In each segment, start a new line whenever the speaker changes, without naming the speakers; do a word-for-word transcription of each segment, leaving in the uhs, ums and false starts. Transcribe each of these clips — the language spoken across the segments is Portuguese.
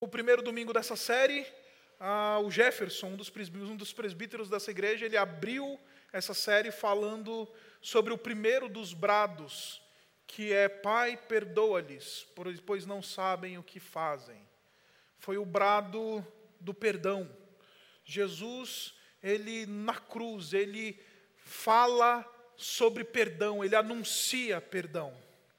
No primeiro domingo dessa série, ah, o Jefferson, um dos, presbíteros, um dos presbíteros dessa igreja, ele abriu essa série falando sobre o primeiro dos brados, que é: Pai, perdoa-lhes, pois não sabem o que fazem. Foi o brado do perdão. Jesus, ele na cruz, ele fala sobre perdão, ele anuncia perdão.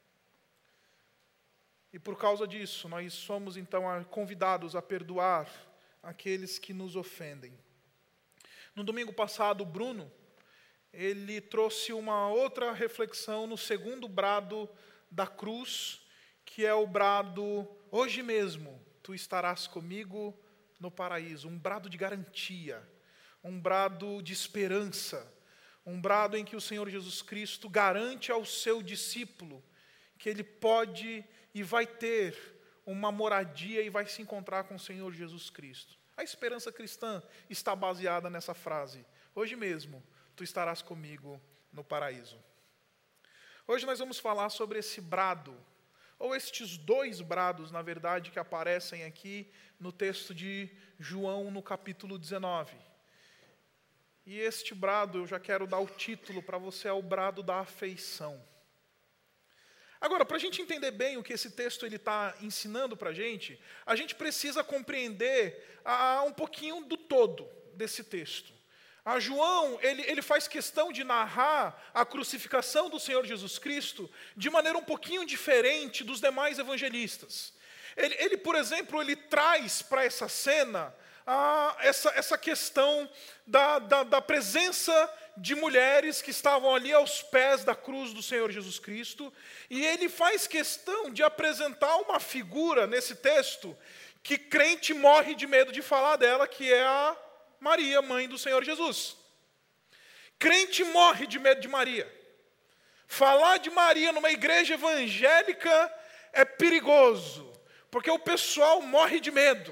E por causa disso, nós somos então convidados a perdoar aqueles que nos ofendem. No domingo passado, o Bruno, ele trouxe uma outra reflexão no segundo brado da cruz, que é o brado: hoje mesmo tu estarás comigo no paraíso. Um brado de garantia, um brado de esperança, um brado em que o Senhor Jesus Cristo garante ao seu discípulo que ele pode e vai ter uma moradia e vai se encontrar com o Senhor Jesus Cristo. A esperança cristã está baseada nessa frase: hoje mesmo tu estarás comigo no paraíso. Hoje nós vamos falar sobre esse brado, ou estes dois brados, na verdade, que aparecem aqui no texto de João, no capítulo dezenove. E este brado, eu já quero dar o título para você, é o brado da afeição. Agora, para a gente entender bem o que esse texto está ensinando para a gente, a gente precisa compreender ah, um pouquinho do todo desse texto. A João, ele, ele faz questão de narrar a crucificação do Senhor Jesus Cristo de maneira um pouquinho diferente dos demais evangelistas. Ele, ele por exemplo, ele traz para essa cena ah, essa, essa questão da, da, da presença de mulheres que estavam ali aos pés da cruz do Senhor Jesus Cristo, e ele faz questão de apresentar uma figura nesse texto que crente morre de medo de falar dela, que é a Maria, mãe do Senhor Jesus. Crente morre de medo de Maria. Falar de Maria numa igreja evangélica é perigoso, porque o pessoal morre de medo.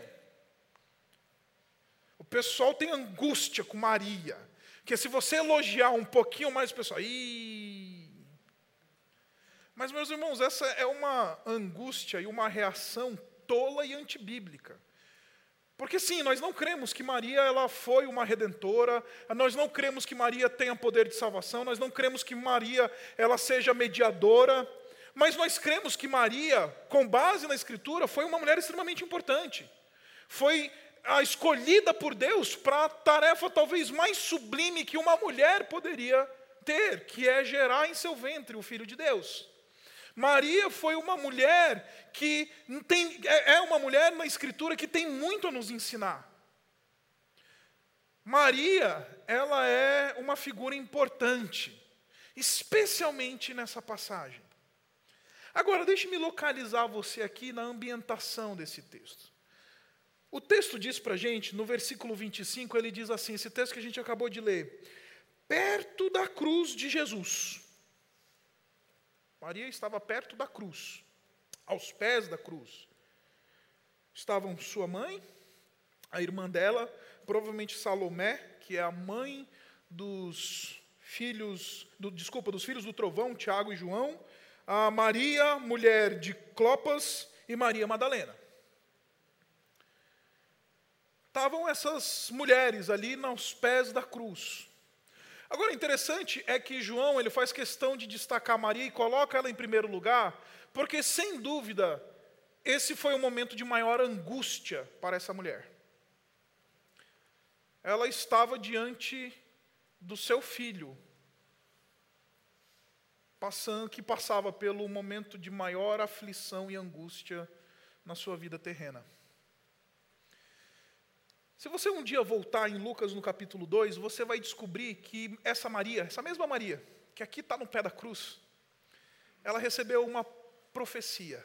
O pessoal tem angústia com Maria. Porque se você elogiar um pouquinho mais o pessoal, Ih! Mas, meus irmãos, essa é uma angústia e uma reação tola e antibíblica. Porque sim, nós não cremos que Maria ela foi uma redentora, nós não cremos que Maria tenha poder de salvação, nós não cremos que Maria ela seja mediadora, mas nós cremos que Maria, com base na Escritura, foi uma mulher extremamente importante. Foi a escolhida por Deus para a tarefa talvez mais sublime que uma mulher poderia ter, que é gerar em seu ventre o Filho de Deus. Maria foi uma mulher que tem, é uma mulher na Escritura que tem muito a nos ensinar. Maria, ela é uma figura importante, especialmente nessa passagem. Agora, deixe-me localizar você aqui na ambientação desse texto. O texto diz para a gente, no versículo vinte e cinco, ele diz assim, esse texto que a gente acabou de ler: perto da cruz de Jesus. Maria estava perto da cruz, aos pés da cruz. Estavam sua mãe, a irmã dela, provavelmente Salomé, que é a mãe dos filhos, do, desculpa, dos filhos do trovão, Tiago e João, a Maria, mulher de Clopas, e Maria Madalena. Estavam essas mulheres ali aos pés da cruz. Agora, interessante é que João ele faz questão de destacar Maria e coloca ela em primeiro lugar, porque, sem dúvida, esse foi o momento de maior angústia para essa mulher. Ela estava diante do seu filho, passando, que passava pelo momento de maior aflição e angústia na sua vida terrena. Se você um dia voltar em Lucas no capítulo dois, você vai descobrir que essa Maria, essa mesma Maria, que aqui está no pé da cruz, ela recebeu uma profecia.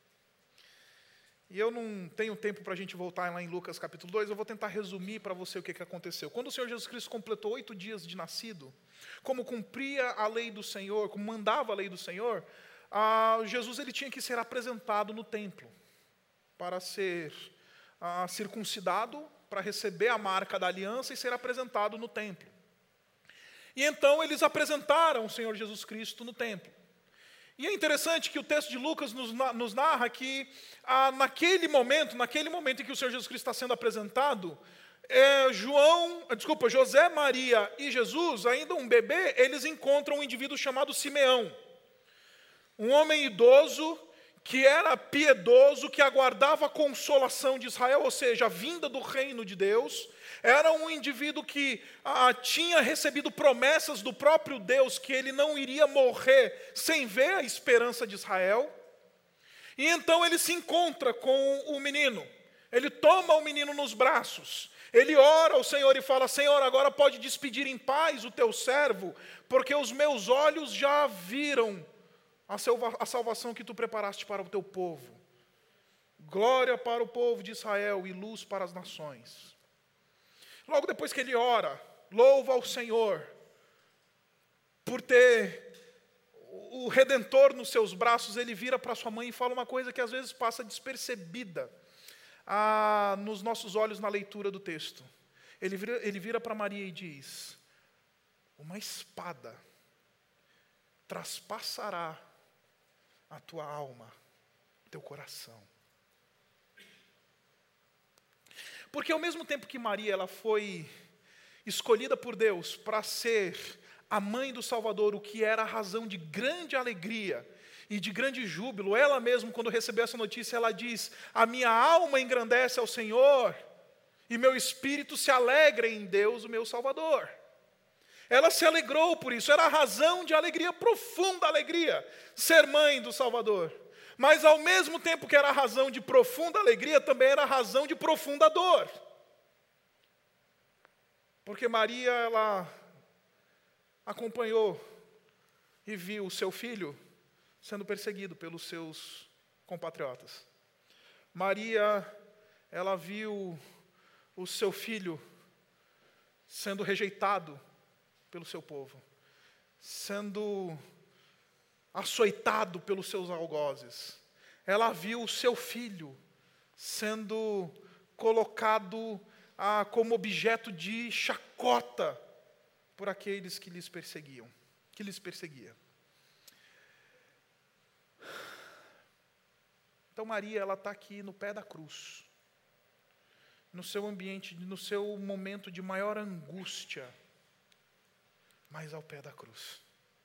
E eu não tenho tempo para a gente voltar lá em Lucas capítulo dois, eu vou tentar resumir para você o que, que aconteceu. Quando o Senhor Jesus Cristo completou oito dias de nascido, como cumpria a lei do Senhor, como mandava a lei do Senhor, ah, Jesus ele tinha que ser apresentado no templo para ser ah, circuncidado, para receber a marca da aliança e ser apresentado no templo. E então eles apresentaram o Senhor Jesus Cristo no templo. E é interessante que o texto de Lucas nos, nos narra que ah, naquele momento, naquele momento em que o Senhor Jesus Cristo está sendo apresentado, é, João, desculpa, José, Maria e Jesus, ainda um bebê, eles encontram um indivíduo chamado Simeão. Um homem idoso que era piedoso, que aguardava a consolação de Israel, ou seja, a vinda do reino de Deus. Era um indivíduo que ah, tinha recebido promessas do próprio Deus, que ele não iria morrer sem ver a esperança de Israel. E então ele se encontra com o menino. Ele toma o menino nos braços. Ele ora ao Senhor e fala: Senhor, agora pode despedir em paz o teu servo, porque os meus olhos já viram a, salva- a salvação que tu preparaste para o teu povo. Glória para o povo de Israel e luz para as nações. Logo depois que ele ora, louva ao Senhor por ter o Redentor nos seus braços, ele vira para sua mãe e fala uma coisa que às vezes passa despercebida ah, nos nossos olhos na leitura do texto. Ele vira, ele vira para Maria e diz: uma espada traspassará a tua alma, teu coração. Porque ao mesmo tempo que Maria ela foi escolhida por Deus para ser a mãe do Salvador, o que era a razão de grande alegria e de grande júbilo, ela mesma, quando recebeu essa notícia, ela diz: a minha alma engrandece ao Senhor, e meu espírito se alegra em Deus, o meu Salvador. Ela se alegrou por isso, era a razão de alegria, profunda alegria, ser mãe do Salvador. Mas ao mesmo tempo que era a razão de profunda alegria, também era a razão de profunda dor. Porque Maria, ela acompanhou e viu o seu filho sendo perseguido pelos seus compatriotas. Maria, ela viu o seu filho sendo rejeitado pelo seu povo, sendo açoitado pelos seus algozes. Ela viu o seu filho sendo colocado ah, como objeto de chacota por aqueles que lhes perseguiam, que lhes perseguia. Então Maria, ela está aqui no pé da cruz, no seu ambiente, no seu momento de maior angústia, mas ao pé da cruz.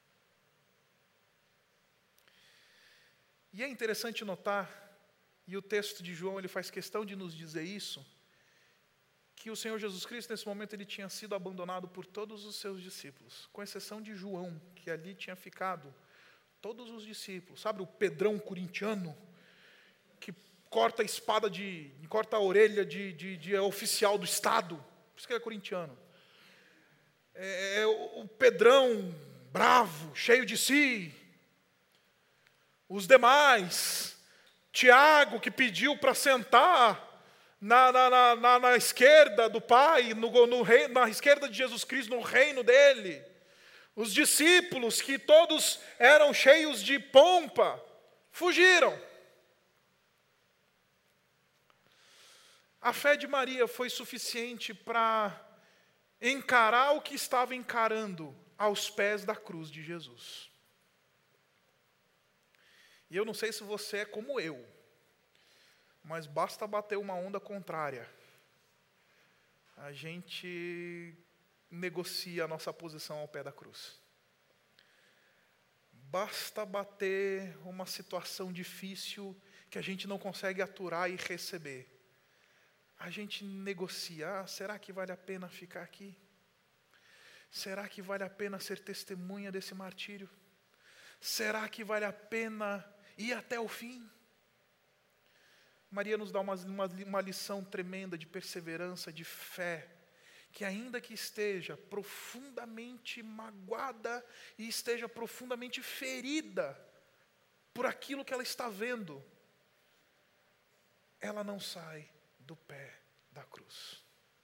E é interessante notar, e o texto de João ele faz questão de nos dizer isso, que o Senhor Jesus Cristo, nesse momento, ele tinha sido abandonado por todos os seus discípulos, com exceção de João, que ali tinha ficado todos os discípulos. Sabe o Pedrão corintiano, que corta a espada, de, corta a orelha de, de, de oficial do Estado? Por isso que ele é corintiano. É, é o Pedrão bravo, cheio de si. Os demais, Tiago, que pediu para sentar na, na, na, na, na esquerda do Pai, no, no rei, na esquerda de Jesus Cristo, no reino dele. Os discípulos, que todos eram cheios de pompa, fugiram. A fé de Maria foi suficiente para encarar o que estava encarando aos pés da cruz de Jesus. E eu não sei se você é como eu, mas basta bater uma onda contrária, a gente negocia a nossa posição ao pé da cruz. Basta bater uma situação difícil que a gente não consegue aturar e receber. A gente negocia: ah, será que vale a pena ficar aqui? Será que vale a pena ser testemunha desse martírio? Será que vale a pena ir até o fim? Maria nos dá uma, uma, uma lição tremenda de perseverança, de fé, que ainda que esteja profundamente magoada e esteja profundamente ferida por aquilo que ela está vendo, ela não sai do pé da cruz.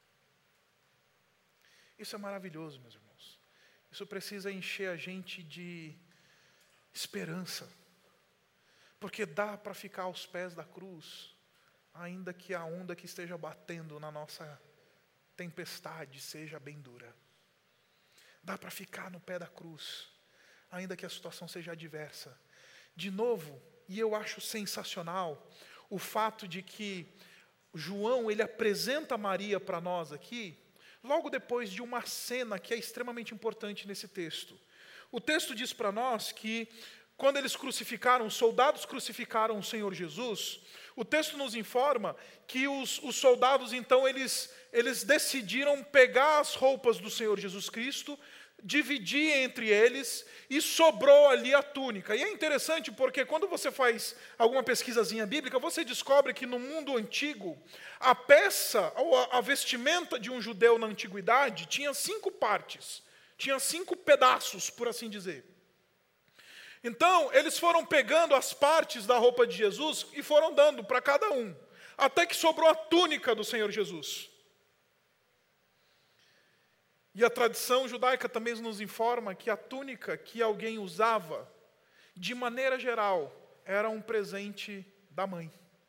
Isso é maravilhoso, meus irmãos. Isso precisa encher a gente de esperança, porque dá para ficar aos pés da cruz, ainda que a onda que esteja batendo na nossa tempestade seja bem dura. Dá para ficar no pé da cruz, ainda que a situação seja adversa. De novo, e eu acho sensacional, o fato de que João, ele apresenta Maria para nós aqui, logo depois de uma cena que é extremamente importante nesse texto. O texto diz para nós que, quando eles crucificaram, os soldados crucificaram o Senhor Jesus, o texto nos informa que os, os soldados, então, eles, eles decidiram pegar as roupas do Senhor Jesus Cristo, dividir entre eles, e sobrou ali a túnica. E é interessante porque quando você faz alguma pesquisazinha bíblica, você descobre que no mundo antigo, a peça, ou a, a vestimenta de um judeu na antiguidade, tinha cinco partes, tinha cinco pedaços, por assim dizer. Então, eles foram pegando as partes da roupa de Jesus e foram dando para cada um, até que sobrou a túnica do Senhor Jesus. E a tradição judaica também nos informa que a túnica que alguém usava, de maneira geral, era um presente da mãe.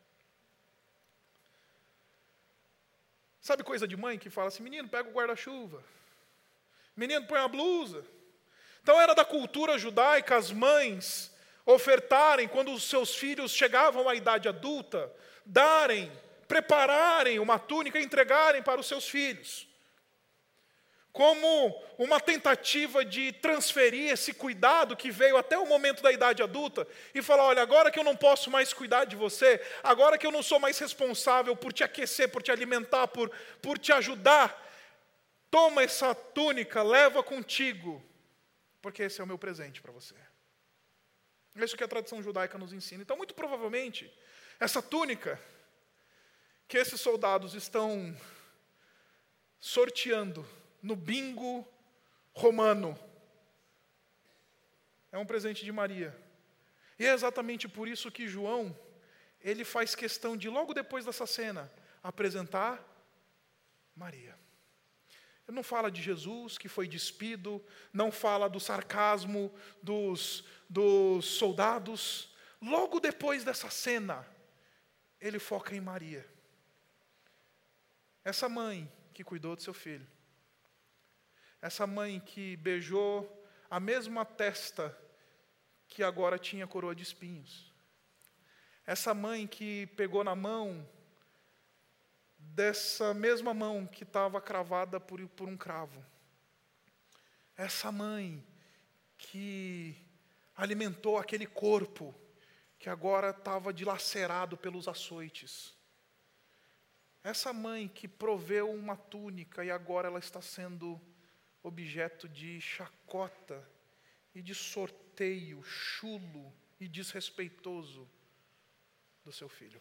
Sabe coisa de mãe que fala assim, menino, pega o guarda-chuva, menino, põe a blusa. Então era da cultura judaica as mães ofertarem, quando os seus filhos chegavam à idade adulta, darem, prepararem uma túnica e entregarem para os seus filhos, como uma tentativa de transferir esse cuidado que veio até o momento da idade adulta, e falar, olha, agora que eu não posso mais cuidar de você, agora que eu não sou mais responsável por te aquecer, por te alimentar, por, por te ajudar, toma essa túnica, leva contigo, porque esse é o meu presente para você. É isso que a tradição judaica nos ensina. Então, muito provavelmente, essa túnica que esses soldados estão sorteando no bingo romano é um presente de Maria. E é exatamente por isso que João, ele faz questão de, logo depois dessa cena, apresentar Maria. Ele não fala de Jesus que foi despido, não fala do sarcasmo dos, dos soldados. Logo depois dessa cena, ele foca em Maria. Essa mãe que cuidou do seu filho. Essa mãe que beijou a mesma testa que agora tinha coroa de espinhos. Essa mãe que pegou na mão dessa mesma mão que estava cravada por, por um cravo. Essa mãe que alimentou aquele corpo que agora estava dilacerado pelos açoites. Essa mãe que proveu uma túnica e agora ela está sendo objeto de chacota e de sorteio chulo e desrespeitoso do seu filho.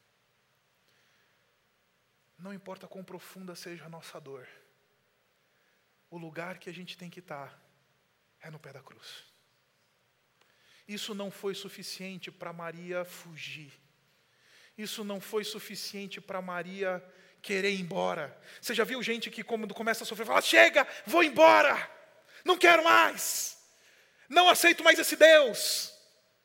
Não importa quão profunda seja a nossa dor, o lugar que a gente tem que estar é no pé da cruz. Isso não foi suficiente para Maria fugir. Isso não foi suficiente para Maria querer ir embora. Você já viu gente que quando começa a sofrer, fala, chega, vou embora, não quero mais, não aceito mais esse Deus.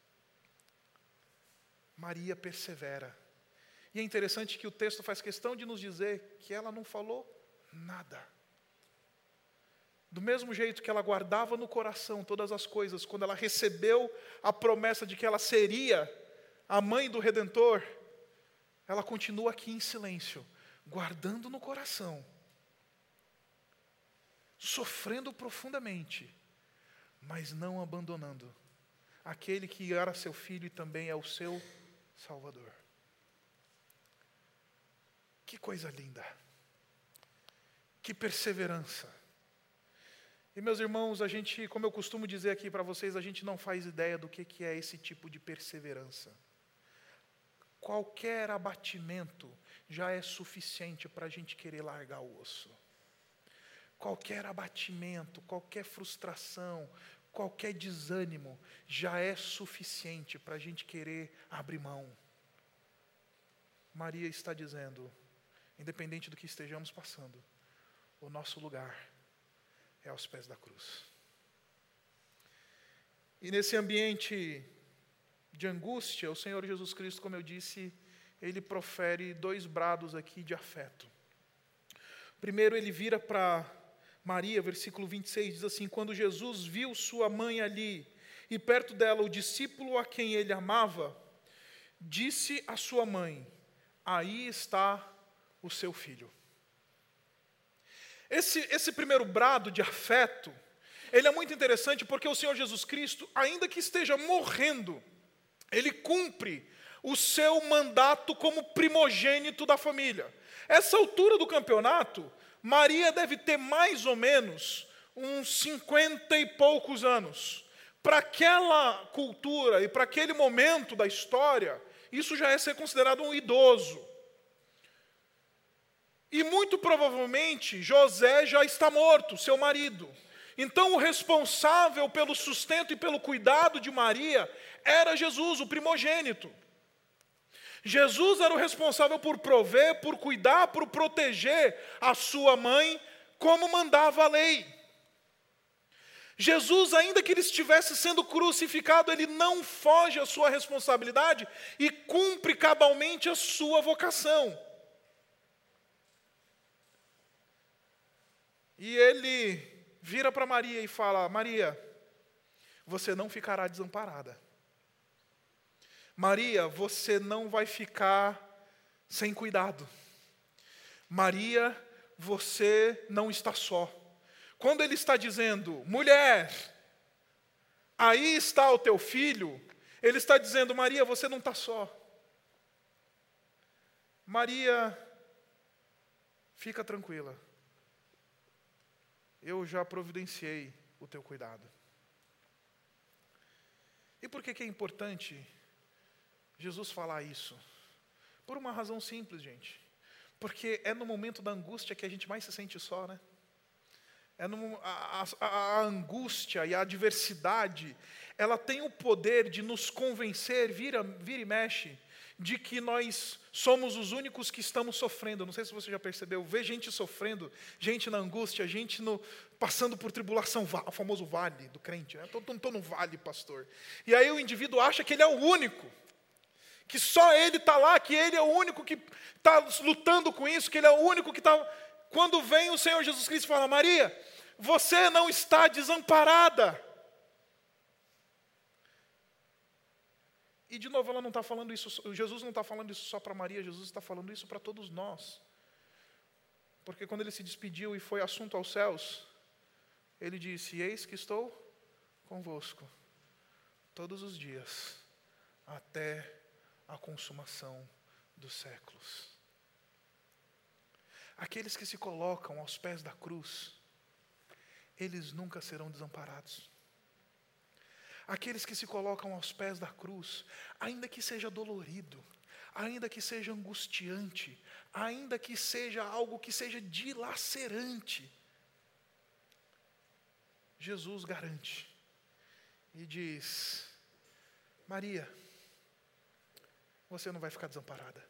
Maria persevera. E é interessante que o texto faz questão de nos dizer que ela não falou nada. Do mesmo jeito que ela guardava no coração todas as coisas, quando ela recebeu a promessa de que ela seria a mãe do Redentor, ela continua aqui em silêncio, guardando no coração, sofrendo profundamente, mas não abandonando aquele que era seu filho e também é o seu Salvador. Que coisa linda, que perseverança. E meus irmãos, a gente, como eu costumo dizer aqui para vocês, a gente não faz ideia do que, que é esse tipo de perseverança. Qualquer abatimento já é suficiente para a gente querer largar o osso. Qualquer abatimento, qualquer frustração, qualquer desânimo já é suficiente para a gente querer abrir mão. Maria está dizendo, independente do que estejamos passando, o nosso lugar é aos pés da cruz. E nesse ambiente de angústia, o Senhor Jesus Cristo, como eu disse, ele profere dois brados aqui de afeto. Primeiro ele vira para Maria, versículo vinte e seis, diz assim, quando Jesus viu sua mãe ali, e perto dela o discípulo a quem ele amava, disse à sua mãe: aí está o seu filho. Esse, esse primeiro brado de afeto, ele é muito interessante porque o Senhor Jesus Cristo, ainda que esteja morrendo, ele cumpre o seu mandato como primogênito da família. Essa altura do campeonato, Maria deve ter mais ou menos uns cinquenta e poucos anos. Para aquela cultura e para aquele momento da história, isso já é ser considerado um idoso. E muito provavelmente José já está morto, seu marido. Então o responsável pelo sustento e pelo cuidado de Maria era Jesus, o primogênito. Jesus era o responsável por prover, por cuidar, por proteger a sua mãe, como mandava a lei. Jesus, ainda que ele estivesse sendo crucificado, ele não foge à sua responsabilidade e cumpre cabalmente a sua vocação. E ele vira para Maria e fala: Maria, você não ficará desamparada. Maria, você não vai ficar sem cuidado. Maria, você não está só. Quando ele está dizendo: mulher, aí está o teu filho, ele está dizendo: Maria, você não está só. Maria, fica tranquila. Eu já providenciei o teu cuidado. E por que que é importante Jesus falar isso? Por uma razão simples, gente. Porque é no momento da angústia que a gente mais se sente só, né? É no, a, a, a angústia e a adversidade, ela tem o poder de nos convencer, vira, vira e mexe, de que nós somos os únicos que estamos sofrendo. Não sei se você já percebeu, vê gente sofrendo, gente na angústia, gente no, passando por tribulação, o famoso vale do crente. Né? Estou no vale, pastor. E aí o indivíduo acha que ele é o único, que só ele está lá, que ele é o único que está lutando com isso, que ele é o único que está... Quando vem o Senhor Jesus Cristo e fala: Maria, você não está desamparada. E de novo, ela não está falando isso, Jesus não está falando isso só para Maria, Jesus está falando isso para todos nós. Porque quando ele se despediu e foi assunto aos céus, ele disse: eis que estou convosco todos os dias, até a consumação dos séculos. Aqueles que se colocam aos pés da cruz, eles nunca serão desamparados. Aqueles que se colocam aos pés da cruz, ainda que seja dolorido, ainda que seja angustiante, ainda que seja algo que seja dilacerante, Jesus garante e diz: Maria, você não vai ficar desamparada.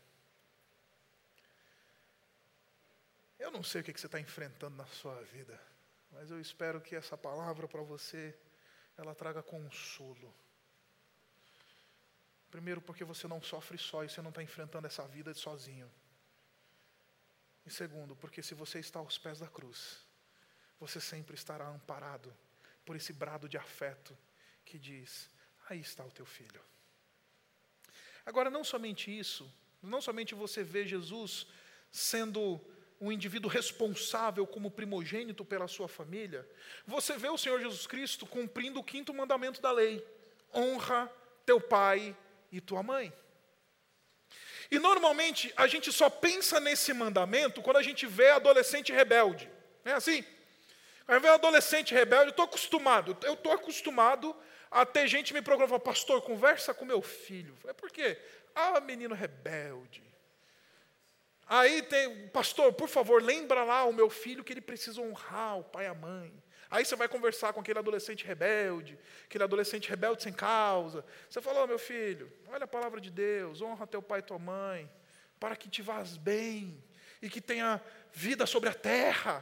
Eu não sei o que você está enfrentando na sua vida, mas eu espero que essa palavra para você, ela traga consolo. Primeiro, porque você não sofre só e você não está enfrentando essa vida sozinho. E segundo, porque se você está aos pés da cruz, você sempre estará amparado por esse brado de afeto que diz: aí está o teu filho. Agora, não somente isso, não somente você vê Jesus sendo um indivíduo responsável como primogênito pela sua família, você vê o Senhor Jesus Cristo cumprindo o quinto mandamento da lei: honra teu pai e tua mãe. E normalmente a gente só pensa nesse mandamento quando a gente vê adolescente rebelde. Não é assim? Quando vê adolescente rebelde, eu estou acostumado, eu estou acostumado a ter gente me procurando: pastor, conversa com meu filho. É por quê? Ah, menino rebelde. Aí tem: pastor, por favor, lembra lá o meu filho que ele precisa honrar o pai e a mãe. Aí você vai conversar com aquele adolescente rebelde, aquele adolescente rebelde sem causa. Você fala: oh, meu filho, olha a palavra de Deus, honra teu pai e tua mãe, para que te vás bem e que tenha vida sobre a terra.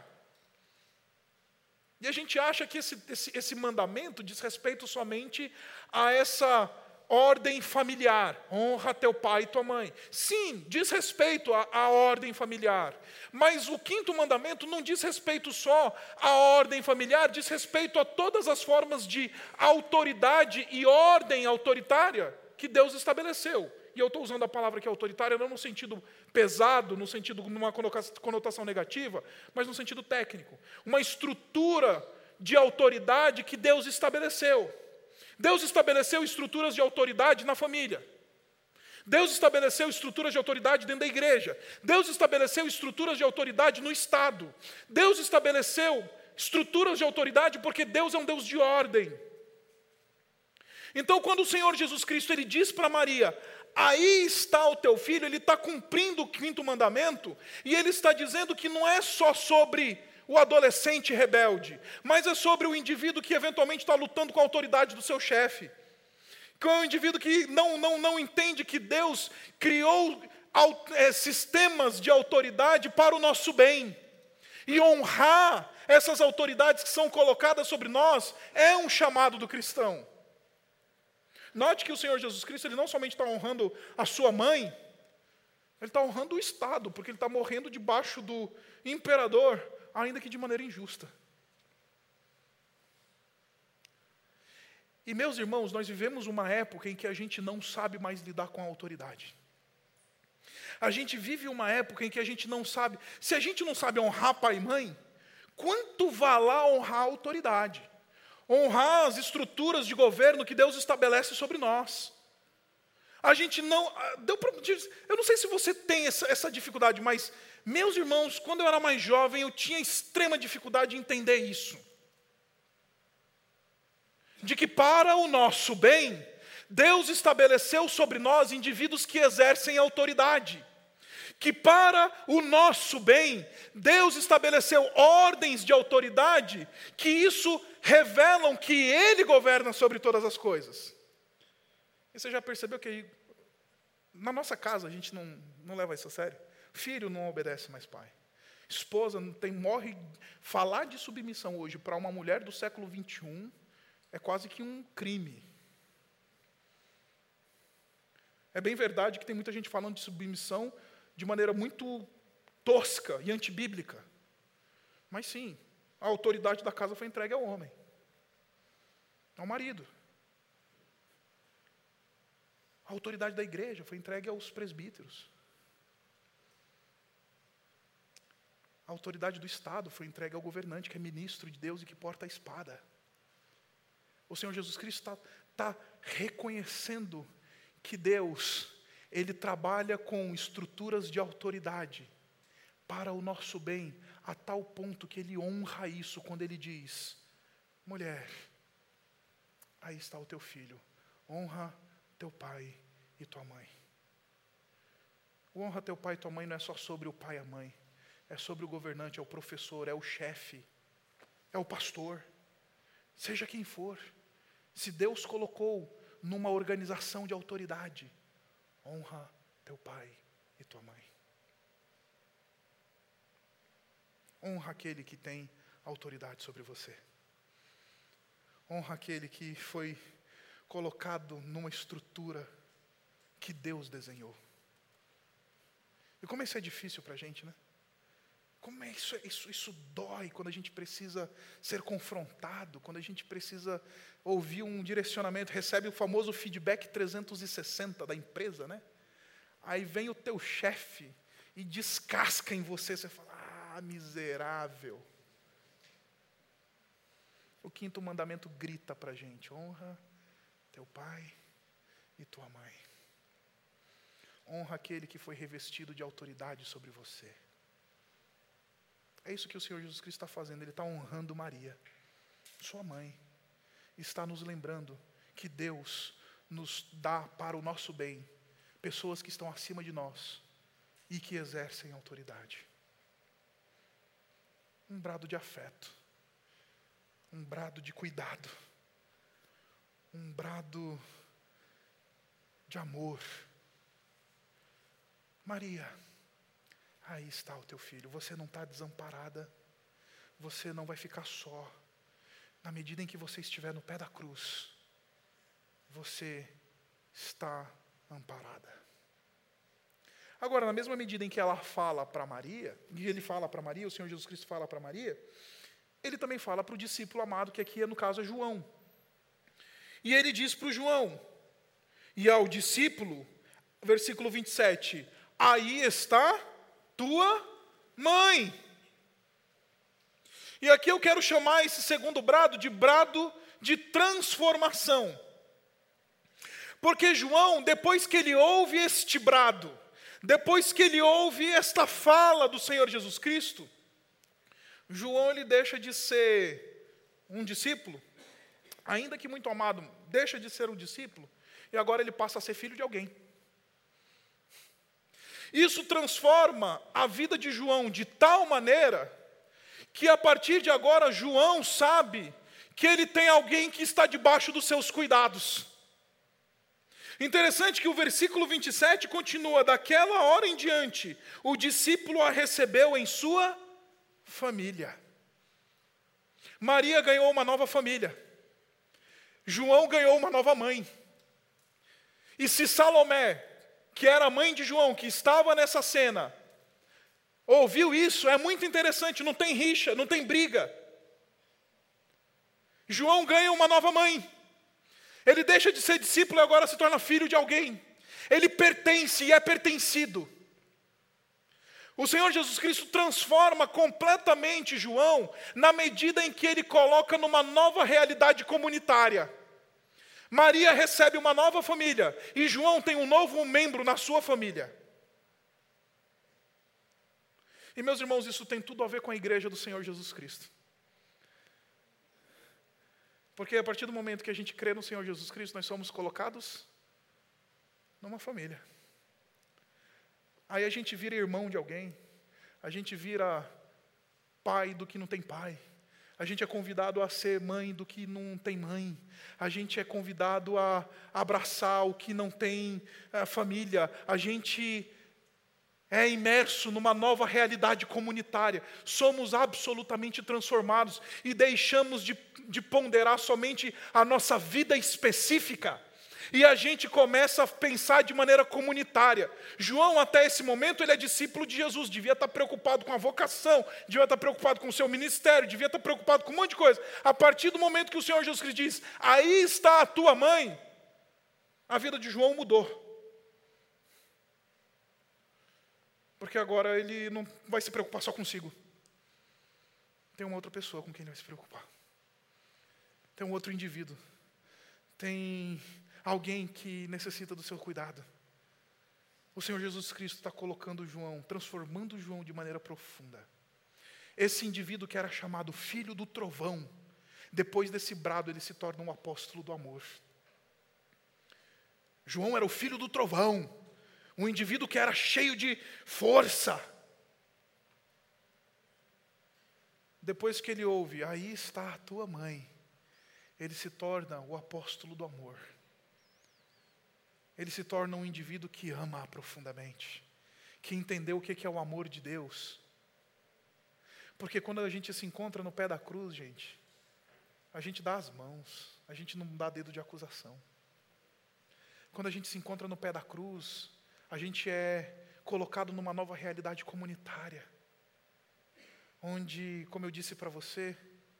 E a gente acha que esse, esse, esse mandamento diz respeito somente a essa ordem familiar. Honra teu pai e tua mãe. Sim, diz respeito à, à ordem familiar. Mas o quinto mandamento não diz respeito só à ordem familiar, diz respeito a todas as formas de autoridade e ordem autoritária que Deus estabeleceu. E eu estou usando a palavra que é autoritária não no sentido pesado, no sentido numa conotação negativa, mas no sentido técnico. Uma estrutura de autoridade que Deus estabeleceu. Deus estabeleceu estruturas de autoridade na família. Deus estabeleceu estruturas de autoridade dentro da igreja. Deus estabeleceu estruturas de autoridade no Estado. Deus estabeleceu estruturas de autoridade porque Deus é um Deus de ordem. Então, quando o Senhor Jesus Cristo ele diz para Maria, aí está o teu filho, ele está cumprindo o quinto mandamento, e ele está dizendo que não é só sobre o adolescente rebelde, mas é sobre o indivíduo que eventualmente está lutando com a autoridade do seu chefe, que é um indivíduo que não, não, não entende que Deus criou é, sistemas de autoridade para o nosso bem, e honrar essas autoridades que são colocadas sobre nós é um chamado do cristão. Note que o Senhor Jesus Cristo ele não somente está honrando a sua mãe, ele está honrando o Estado, porque ele está morrendo debaixo do imperador, ainda que de maneira injusta. E, meus irmãos, nós vivemos uma época em que a gente não sabe mais lidar com a autoridade. A gente vive uma época em que a gente não sabe, se a gente não sabe honrar pai e mãe, quanto vai lá honrar a autoridade? Honrar as estruturas de governo que Deus estabelece sobre nós. A gente não... Deu pra, eu não sei se você tem essa, essa dificuldade, mas, meus irmãos, quando eu era mais jovem, eu tinha extrema dificuldade de entender isso. De que para o nosso bem, Deus estabeleceu sobre nós indivíduos que exercem autoridade. Que para o nosso bem, Deus estabeleceu ordens de autoridade, que isso revelam que Ele governa sobre todas as coisas. E você já percebeu que na nossa casa a gente não, não leva isso a sério? Filho não obedece mais pai. Esposa não tem, morre. Falar de submissão hoje para uma mulher do século vinte e um é quase que um crime. É bem verdade que tem muita gente falando de submissão de maneira muito tosca e antibíblica. Mas sim, a autoridade da casa foi entregue ao homem, ao marido. A autoridade da igreja foi entregue aos presbíteros. A autoridade do Estado foi entregue ao governante, que é ministro de Deus e que porta a espada. O Senhor Jesus Cristo está tá reconhecendo que Deus, Ele trabalha com estruturas de autoridade para o nosso bem, a tal ponto que Ele honra isso quando Ele diz, mulher, aí está o teu filho, honra teu pai e tua mãe. O honra teu pai e tua mãe não é só sobre o pai e a mãe, é sobre o governante, é o professor, é o chefe, é o pastor, seja quem for. Se Deus colocou numa organização de autoridade, honra teu pai e tua mãe. Honra aquele que tem autoridade sobre você. Honra aquele que foi colocado numa estrutura que Deus desenhou. E como isso é difícil para a gente, né? Como é isso, isso, isso dói quando a gente precisa ser confrontado, quando a gente precisa ouvir um direcionamento, recebe o famoso feedback trezentos e sessenta da empresa, né? Aí vem o teu chefe e descasca em você, você fala, ah, miserável. O quinto mandamento grita para a gente, honra teu pai e tua mãe. Honra aquele que foi revestido de autoridade sobre você. É isso que o Senhor Jesus Cristo está fazendo, Ele está honrando Maria, sua mãe. Está nos lembrando que Deus nos dá para o nosso bem pessoas que estão acima de nós e que exercem autoridade. Um brado de afeto, um brado de cuidado, um brado de amor. Maria, aí está o teu filho, você não está desamparada, você não vai ficar só. Na medida em que você estiver no pé da cruz, você está amparada. Agora, na mesma medida em que ela fala para Maria, e ele fala para Maria, o Senhor Jesus Cristo fala para Maria, ele também fala para o discípulo amado, que aqui no caso é João. E ele diz para o João, e ao discípulo, versículo vinte e sete, aí está tua mãe. E aqui eu quero chamar esse segundo brado de brado de transformação. Porque João, depois que ele ouve este brado, depois que ele ouve esta fala do Senhor Jesus Cristo, João ele deixa de ser um discípulo, ainda que muito amado, deixa de ser um discípulo, e agora ele passa a ser filho de alguém. Isso transforma a vida de João de tal maneira que a partir de agora João sabe que ele tem alguém que está debaixo dos seus cuidados. Interessante que o versículo vinte e sete continua, daquela hora em diante, o discípulo a recebeu em sua família. Maria ganhou uma nova família. João ganhou uma nova mãe. E se Salomé, que era a mãe de João, que estava nessa cena, ouviu isso, é muito interessante, não tem rixa, não tem briga. João ganha uma nova mãe. Ele deixa de ser discípulo e agora se torna filho de alguém. Ele pertence e é pertencido. O Senhor Jesus Cristo transforma completamente João na medida em que ele coloca numa nova realidade comunitária. Maria recebe uma nova família e João tem um novo membro na sua família. E meus irmãos, isso tem tudo a ver com a igreja do Senhor Jesus Cristo. Porque a partir do momento que a gente crê no Senhor Jesus Cristo, nós somos colocados numa família. Aí a gente vira irmão de alguém, a gente vira pai do que não tem pai, a gente é convidado a ser mãe do que não tem mãe, a gente é convidado a abraçar o que não tem a família, a gente é imerso numa nova realidade comunitária, somos absolutamente transformados e deixamos de, de ponderar somente a nossa vida específica e a gente começa a pensar de maneira comunitária. João, até esse momento, ele é discípulo de Jesus, devia estar preocupado com a vocação, devia estar preocupado com o seu ministério, devia estar preocupado com um monte de coisa. A partir do momento que o Senhor Jesus Cristo diz, aí está a tua mãe, a vida de João mudou. Porque agora ele não vai se preocupar só consigo. Tem uma outra pessoa com quem ele vai se preocupar. Tem um outro indivíduo. Tem alguém que necessita do seu cuidado. O Senhor Jesus Cristo está colocando João, transformando João de maneira profunda. Esse indivíduo que era chamado filho do trovão, depois desse brado ele se torna um apóstolo do amor. João era o filho do trovão, um indivíduo que era cheio de força. Depois que ele ouve, aí está a tua mãe, ele se torna o apóstolo do amor. Ele se torna um indivíduo que ama profundamente, que entendeu o que é o amor de Deus. Porque quando a gente se encontra no pé da cruz, gente, a gente dá as mãos, a gente não dá dedo de acusação. Quando a gente se encontra no pé da cruz, a gente é colocado numa nova realidade comunitária, onde, como eu disse para você,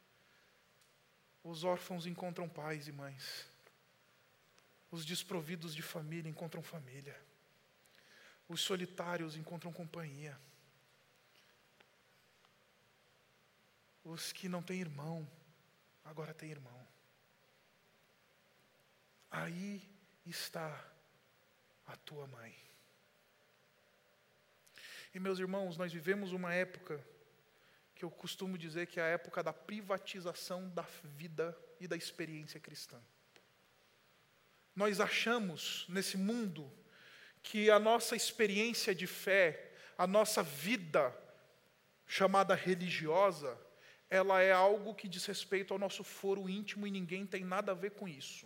os órfãos encontram pais e mães, os desprovidos de família encontram família, os solitários encontram companhia, os que não têm irmão, agora têm irmão. Aí está a tua mãe. E meus irmãos, nós vivemos uma época que eu costumo dizer que é a época da privatização da vida e da experiência cristã. Nós achamos nesse mundo que a nossa experiência de fé, a nossa vida chamada religiosa, ela é algo que diz respeito ao nosso foro íntimo e ninguém tem nada a ver com isso.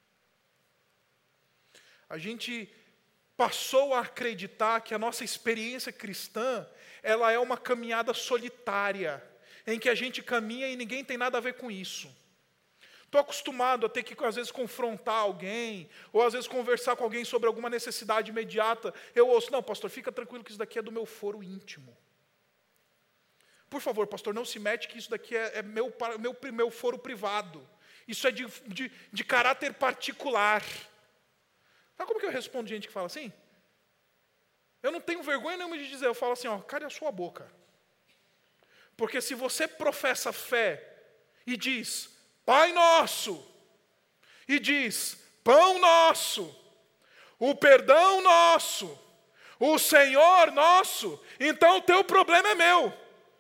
A gente passou a acreditar que a nossa experiência cristã, ela é uma caminhada solitária, em que a gente caminha e ninguém tem nada a ver com isso. Estou acostumado a ter que, às vezes, confrontar alguém, ou às vezes conversar com alguém sobre alguma necessidade imediata. Eu ouço, não, pastor, fica tranquilo que isso daqui é do meu foro íntimo. Por favor, pastor, não se mete que isso daqui é, é meu, meu, meu foro privado. Isso é de, de, de caráter particular. Sabe como que eu respondo gente que fala assim? Eu não tenho vergonha nenhuma de dizer, eu falo assim, ó, cale a sua boca. Porque se você professa fé e diz, Pai nosso, e diz, pão nosso, o perdão nosso, o Senhor nosso, então o teu problema é meu.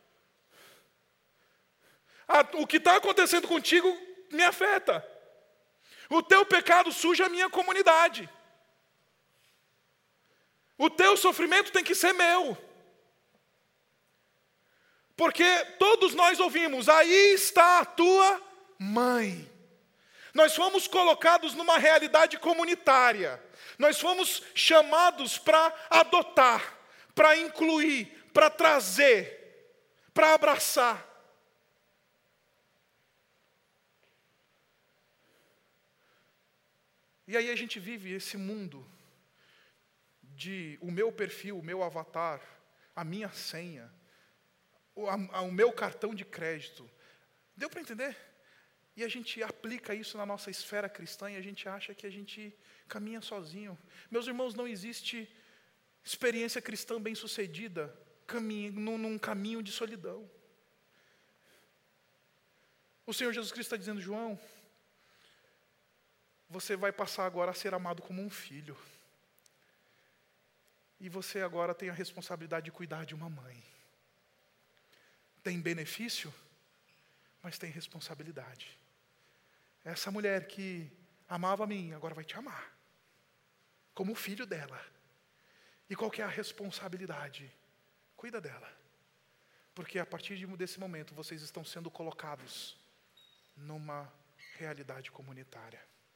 O que está acontecendo contigo me afeta. O teu pecado suja a minha comunidade. O teu sofrimento tem que ser meu. Porque todos nós ouvimos, aí está a tua mãe. Nós fomos colocados numa realidade comunitária. Nós fomos chamados para adotar, para incluir, para trazer, para abraçar. E aí a gente vive esse mundo de o meu perfil, o meu avatar, a minha senha, o, a, o meu cartão de crédito. Deu para entender? E a gente aplica isso na nossa esfera cristã e a gente acha que a gente caminha sozinho. Meus irmãos, não existe experiência cristã bem-sucedida caminho, num, num caminho de solidão. O Senhor Jesus Cristo está dizendo, João, você vai passar agora a ser amado como um filho. E você agora tem a responsabilidade de cuidar de uma mãe. Tem benefício, mas tem responsabilidade. Essa mulher que amava a mim, agora vai te amar. Como filho dela. E qual que é a responsabilidade? Cuida dela. Porque a partir desse momento, vocês estão sendo colocados numa realidade comunitária.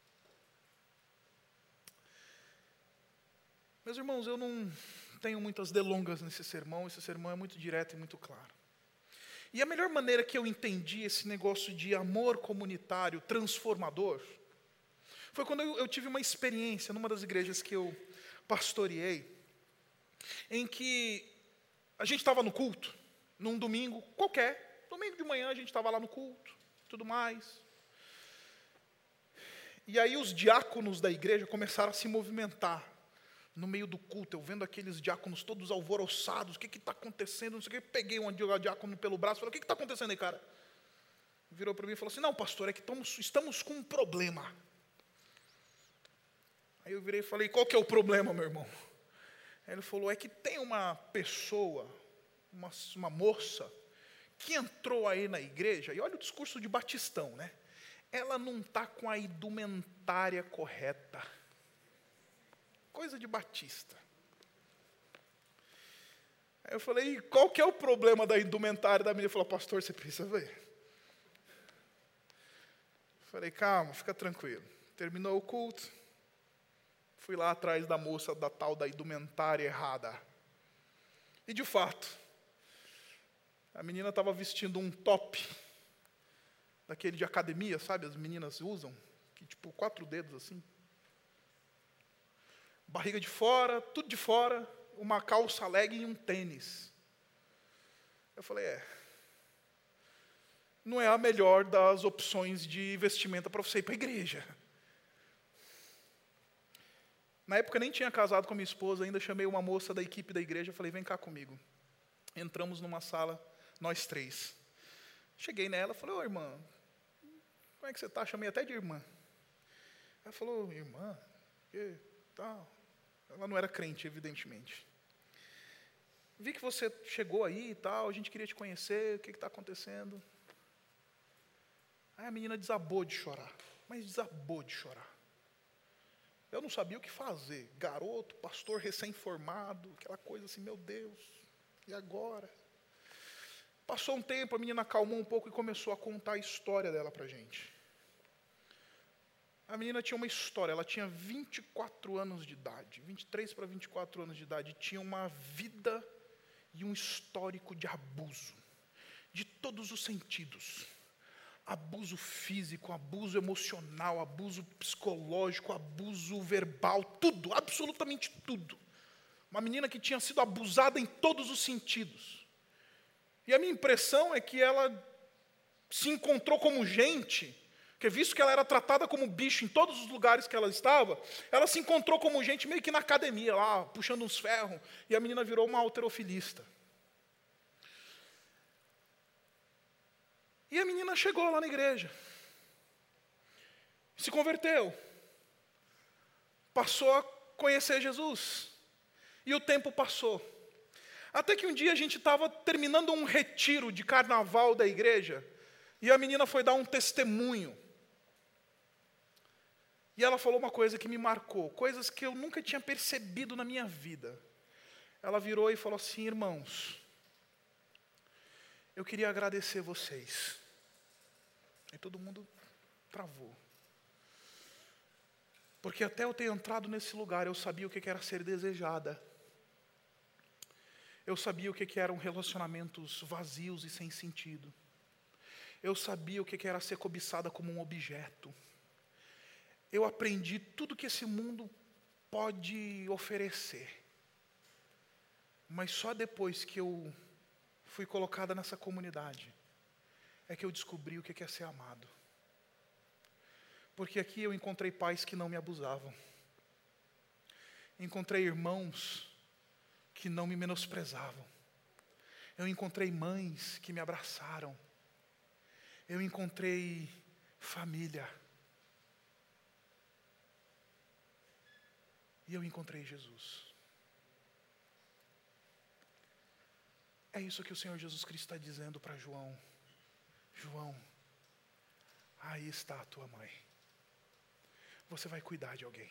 Meus irmãos, eu não tenho muitas delongas nesse sermão. Esse sermão é muito direto e muito claro. E a melhor maneira que eu entendi esse negócio de amor comunitário transformador foi quando eu, eu tive uma experiência numa das igrejas que eu pastoreei, em que a gente estava no culto, num domingo qualquer, domingo de manhã a gente estava lá no culto, tudo mais. E aí os diáconos da igreja começaram a se movimentar no meio do culto, eu vendo aqueles diáconos todos alvoroçados, o que está acontecendo, não sei o que, peguei um diácono pelo braço, falei, o que está acontecendo aí, cara? Virou para mim e falou assim, não, pastor, é que estamos, estamos com um problema. Aí eu virei e falei, qual que é o problema, meu irmão? Aí ele falou, é que tem uma pessoa, uma, uma moça, que entrou aí na igreja, e olha o discurso de batistão, né? Ela não está com a indumentária correta. Coisa de batista. Aí eu falei, qual que é o problema da indumentária da menina? Ele falou, pastor, você precisa ver. Eu falei, calma, fica tranquilo. Terminou o culto. Fui lá atrás da moça da tal da indumentária errada. E de fato, a menina estava vestindo um top, daquele de academia, sabe? As meninas usam, que tipo, quatro dedos assim. Barriga de fora, tudo de fora, uma calça legging e um tênis. Eu falei, é, não é a melhor das opções de vestimenta para você ir para a igreja. Na época nem tinha casado com a minha esposa, ainda chamei uma moça da equipe da igreja, falei, vem cá comigo. Entramos numa sala, nós três. Cheguei nela, falei, ô irmã, como é que você está? Chamei até de irmã. Ela falou, irmã, que tal? Ela não era crente, evidentemente. Vi que você chegou aí e tal, a gente queria te conhecer, o que está acontecendo? Aí a menina desabou de chorar, mas desabou de chorar. Eu não sabia o que fazer. Garoto, pastor recém-formado, aquela coisa assim, meu Deus, e agora? Passou um tempo, a menina acalmou um pouco e começou a contar a história dela para a gente. A menina tinha uma história, ela tinha vinte e quatro anos de idade, vinte e três para vinte e quatro anos de idade, tinha uma vida e um histórico de abuso, de todos os sentidos. abuso físico, abuso emocional, abuso psicológico, abuso verbal, tudo, absolutamente tudo. Uma menina que tinha sido abusada em todos os sentidos. E a minha impressão é que ela se encontrou como gente, porque visto que ela era tratada como bicho em todos os lugares que ela estava, ela se encontrou como gente meio que na academia, lá, puxando uns ferros, e a menina virou uma halterofilista. E a menina chegou lá na igreja, se converteu, passou a conhecer Jesus, e o tempo passou. Até que um dia a gente estava terminando um retiro de carnaval da igreja, e a menina foi dar um testemunho. E ela falou uma coisa que me marcou, coisas que eu nunca tinha percebido na minha vida. Ela virou e falou assim: irmãos, eu queria agradecer vocês. E todo mundo travou. Porque até eu ter entrado nesse lugar, eu sabia o que era ser desejada. Eu sabia o que eram relacionamentos vazios e sem sentido. Eu sabia o que era ser cobiçada como um objeto. Eu aprendi tudo que esse mundo pode oferecer. Mas só depois que eu fui colocada nessa comunidade, é que eu descobri o que é ser amado. Porque aqui eu encontrei pais que não me abusavam. Encontrei irmãos que não me menosprezavam. Eu encontrei mães que me abraçaram. Eu encontrei família. E eu encontrei Jesus. É isso que o Senhor Jesus Cristo está dizendo para João. João, aí está a tua mãe. Você vai cuidar de alguém.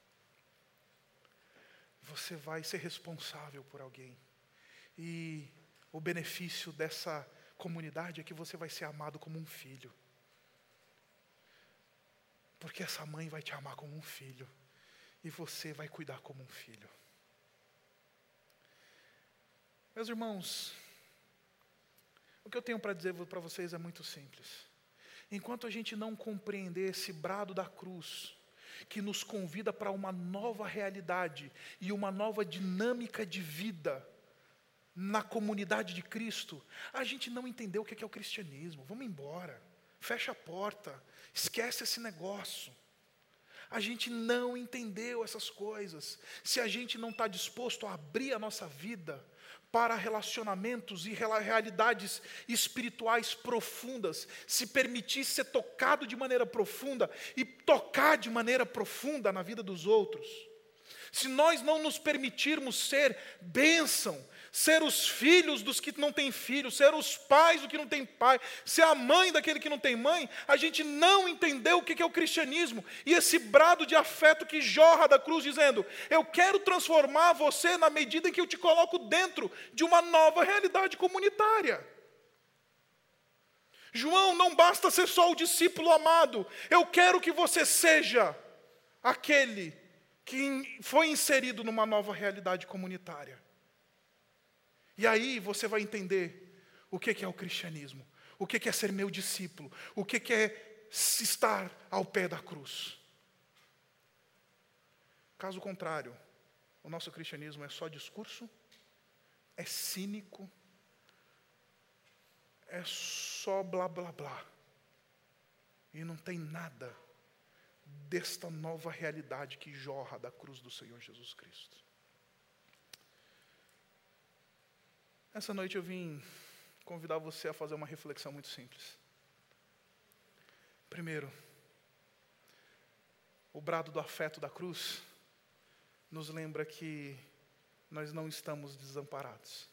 Você vai ser responsável por alguém. E o benefício dessa comunidade é que você vai ser amado como um filho. Porque essa mãe vai te amar como um filho. E você vai cuidar como um filho. Meus irmãos, o que eu tenho para dizer para vocês é muito simples. Enquanto a gente não compreender esse brado da cruz, que nos convida para uma nova realidade e uma nova dinâmica de vida na comunidade de Cristo, a gente não entendeu o que é o cristianismo. Vamos embora, fecha a porta, esquece esse negócio. A gente não entendeu essas coisas. Se a gente não está disposto a abrir a nossa vida para relacionamentos e realidades espirituais profundas, se permitir ser tocado de maneira profunda e tocar de maneira profunda na vida dos outros, se nós não nos permitirmos ser bênção, ser os filhos dos que não têm filhos, ser os pais do que não tem pai, ser a mãe daquele que não tem mãe, a gente não entendeu o que é o cristianismo, e esse brado de afeto que jorra da cruz dizendo: eu quero transformar você na medida em que eu te coloco dentro de uma nova realidade comunitária. João, não basta ser só o discípulo amado, eu quero que você seja aquele que foi inserido numa nova realidade comunitária. E aí você vai entender o que é o cristianismo, o que é ser meu discípulo, o que é estar ao pé da cruz. Caso contrário, o nosso cristianismo é só discurso, é cínico, é só blá blá blá. E não tem nada desta nova realidade que jorra da cruz do Senhor Jesus Cristo. Essa noite eu vim convidar você a fazer uma reflexão muito simples. Primeiro, o brado do afeto da cruz nos lembra que nós não estamos desamparados.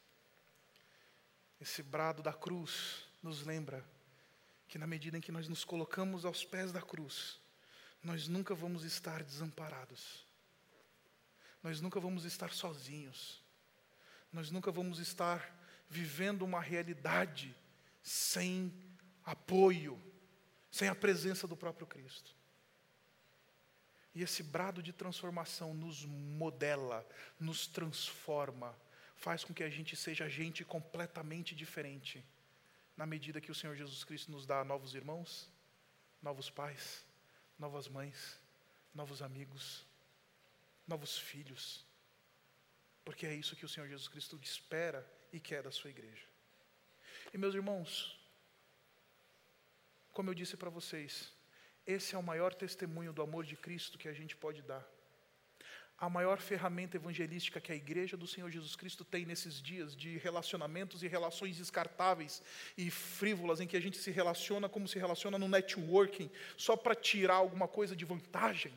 Esse brado da cruz nos lembra que na medida em que nós nos colocamos aos pés da cruz, nós nunca vamos estar desamparados. Nós nunca vamos estar sozinhos. Nós nunca vamos estar vivendo uma realidade sem apoio, sem a presença do próprio Cristo. E esse brado de transformação nos modela, nos transforma, faz com que a gente seja gente completamente diferente na medida que o Senhor Jesus Cristo nos dá novos irmãos, novos pais, novas mães, novos amigos, novos filhos. Porque é isso que o Senhor Jesus Cristo espera e quer da sua igreja. E meus irmãos, como eu disse para vocês, esse é o maior testemunho do amor de Cristo que a gente pode dar. A maior ferramenta evangelística que a igreja do Senhor Jesus Cristo tem nesses dias de relacionamentos e relações descartáveis e frívolas, em que a gente se relaciona como se relaciona no networking, só para tirar alguma coisa de vantagem.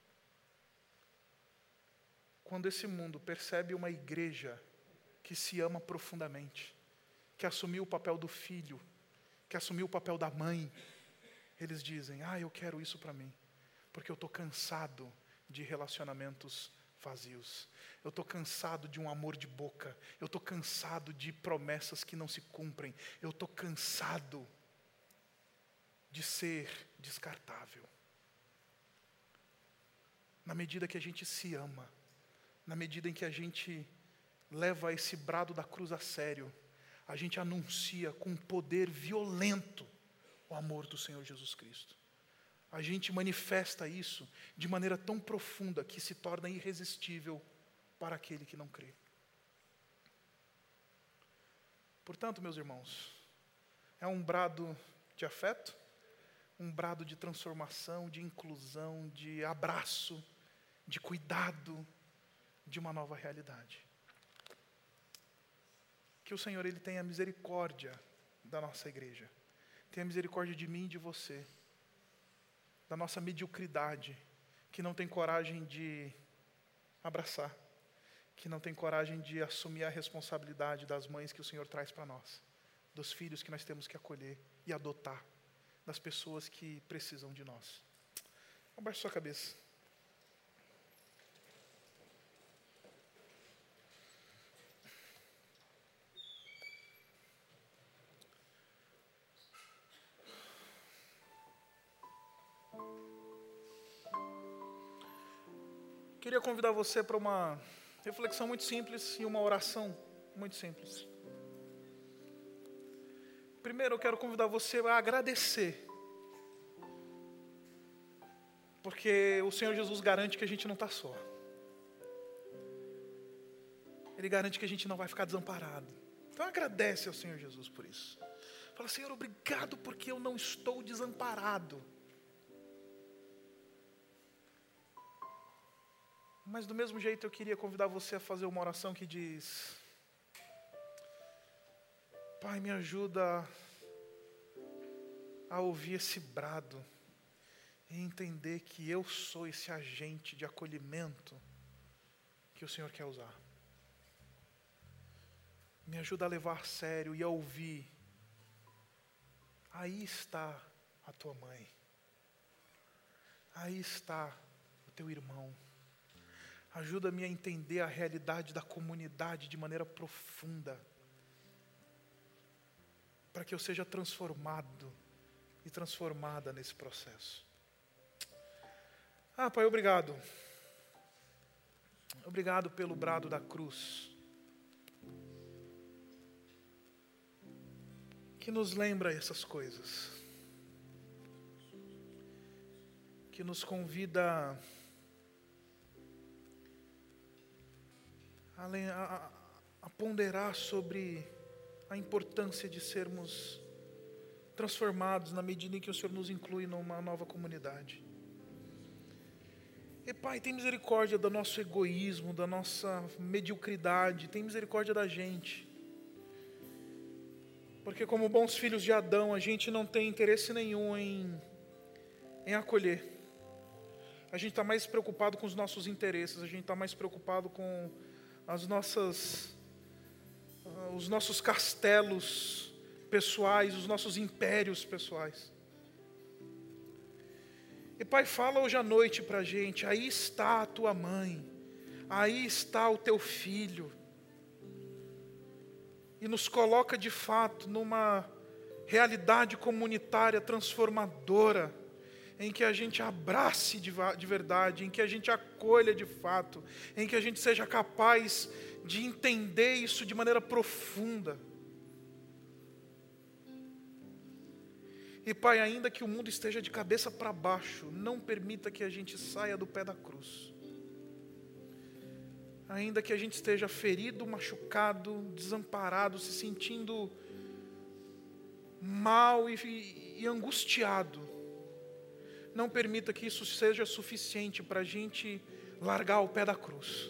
Quando esse mundo percebe uma igreja que se ama profundamente, que assumiu o papel do filho, que assumiu o papel da mãe, eles dizem, ah, eu quero isso para mim, porque eu estou cansado de relacionamentos vazios. Eu estou cansado de um amor de boca. Eu estou cansado de promessas que não se cumprem. Eu estou cansado de ser descartável. Na medida que a gente se ama, na medida em que a gente leva esse brado da cruz a sério, a gente anuncia com poder violento o amor do Senhor Jesus Cristo. A gente manifesta isso de maneira tão profunda que se torna irresistível para aquele que não crê. Portanto, meus irmãos, é um brado de afeto, um brado de transformação, de inclusão, de abraço, de cuidado, de uma nova realidade. Que o Senhor ele tenha misericórdia da nossa igreja, tenha misericórdia de mim e de você, da nossa mediocridade, que não tem coragem de abraçar, que não tem coragem de assumir a responsabilidade das mães que o Senhor traz para nós, dos filhos que nós temos que acolher e adotar, das pessoas que precisam de nós. Abaixe sua cabeça. Queria convidar você para uma reflexão muito simples e uma oração muito simples. Primeiro, eu quero convidar você a agradecer, porque o Senhor Jesus garante que a gente não está só. Ele garante que a gente não vai ficar desamparado. Então agradece ao Senhor Jesus por isso. Fala, Senhor, obrigado porque eu não estou desamparado. Mas do mesmo jeito eu queria convidar você a fazer uma oração que diz: Pai, me ajuda a ouvir esse brado e entender que eu sou esse agente de acolhimento que o Senhor quer usar. Me ajuda a levar a sério e a ouvir. Aí está a tua mãe. Aí está o teu irmão. Ajuda-me a entender a realidade da comunidade de maneira profunda, para que eu seja transformado e transformada nesse processo. Ah, Pai, obrigado. Obrigado pelo brado da cruz, que nos lembra essas coisas, que nos convida a, a, a ponderar sobre a importância de sermos transformados na medida em que o Senhor nos inclui numa nova comunidade. E Pai, tem misericórdia do nosso egoísmo, da nossa mediocridade, tem misericórdia da gente. Porque como bons filhos de Adão, a gente não tem interesse nenhum em, em acolher. A gente está mais preocupado com os nossos interesses, a gente está mais preocupado com as nossas, uh, os nossos castelos pessoais, os nossos impérios pessoais. E Pai, fala hoje à noite para a gente, aí está a tua mãe, aí está o teu filho, e nos coloca de fato numa realidade comunitária transformadora, em que a gente abrace de, de verdade, em que a gente acolha de fato, em que a gente seja capaz de entender isso de maneira profunda. E Pai, ainda que o mundo esteja de cabeça para baixo, não permita que a gente saia do pé da cruz. Ainda que a gente esteja ferido, machucado, desamparado, se sentindo mal e, e angustiado, não permita que isso seja suficiente para a gente largar o pé da cruz.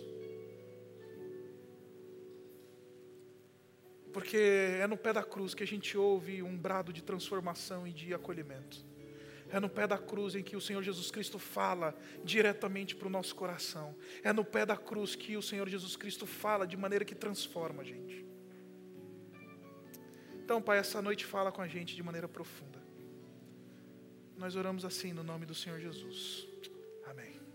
Porque é no pé da cruz que a gente ouve um brado de transformação e de acolhimento. É no pé da cruz em que o Senhor Jesus Cristo fala diretamente para o nosso coração. É no pé da cruz que o Senhor Jesus Cristo fala de maneira que transforma a gente. Então, Pai, essa noite fala com a gente de maneira profunda. Nós oramos assim no nome do Senhor Jesus. Amém.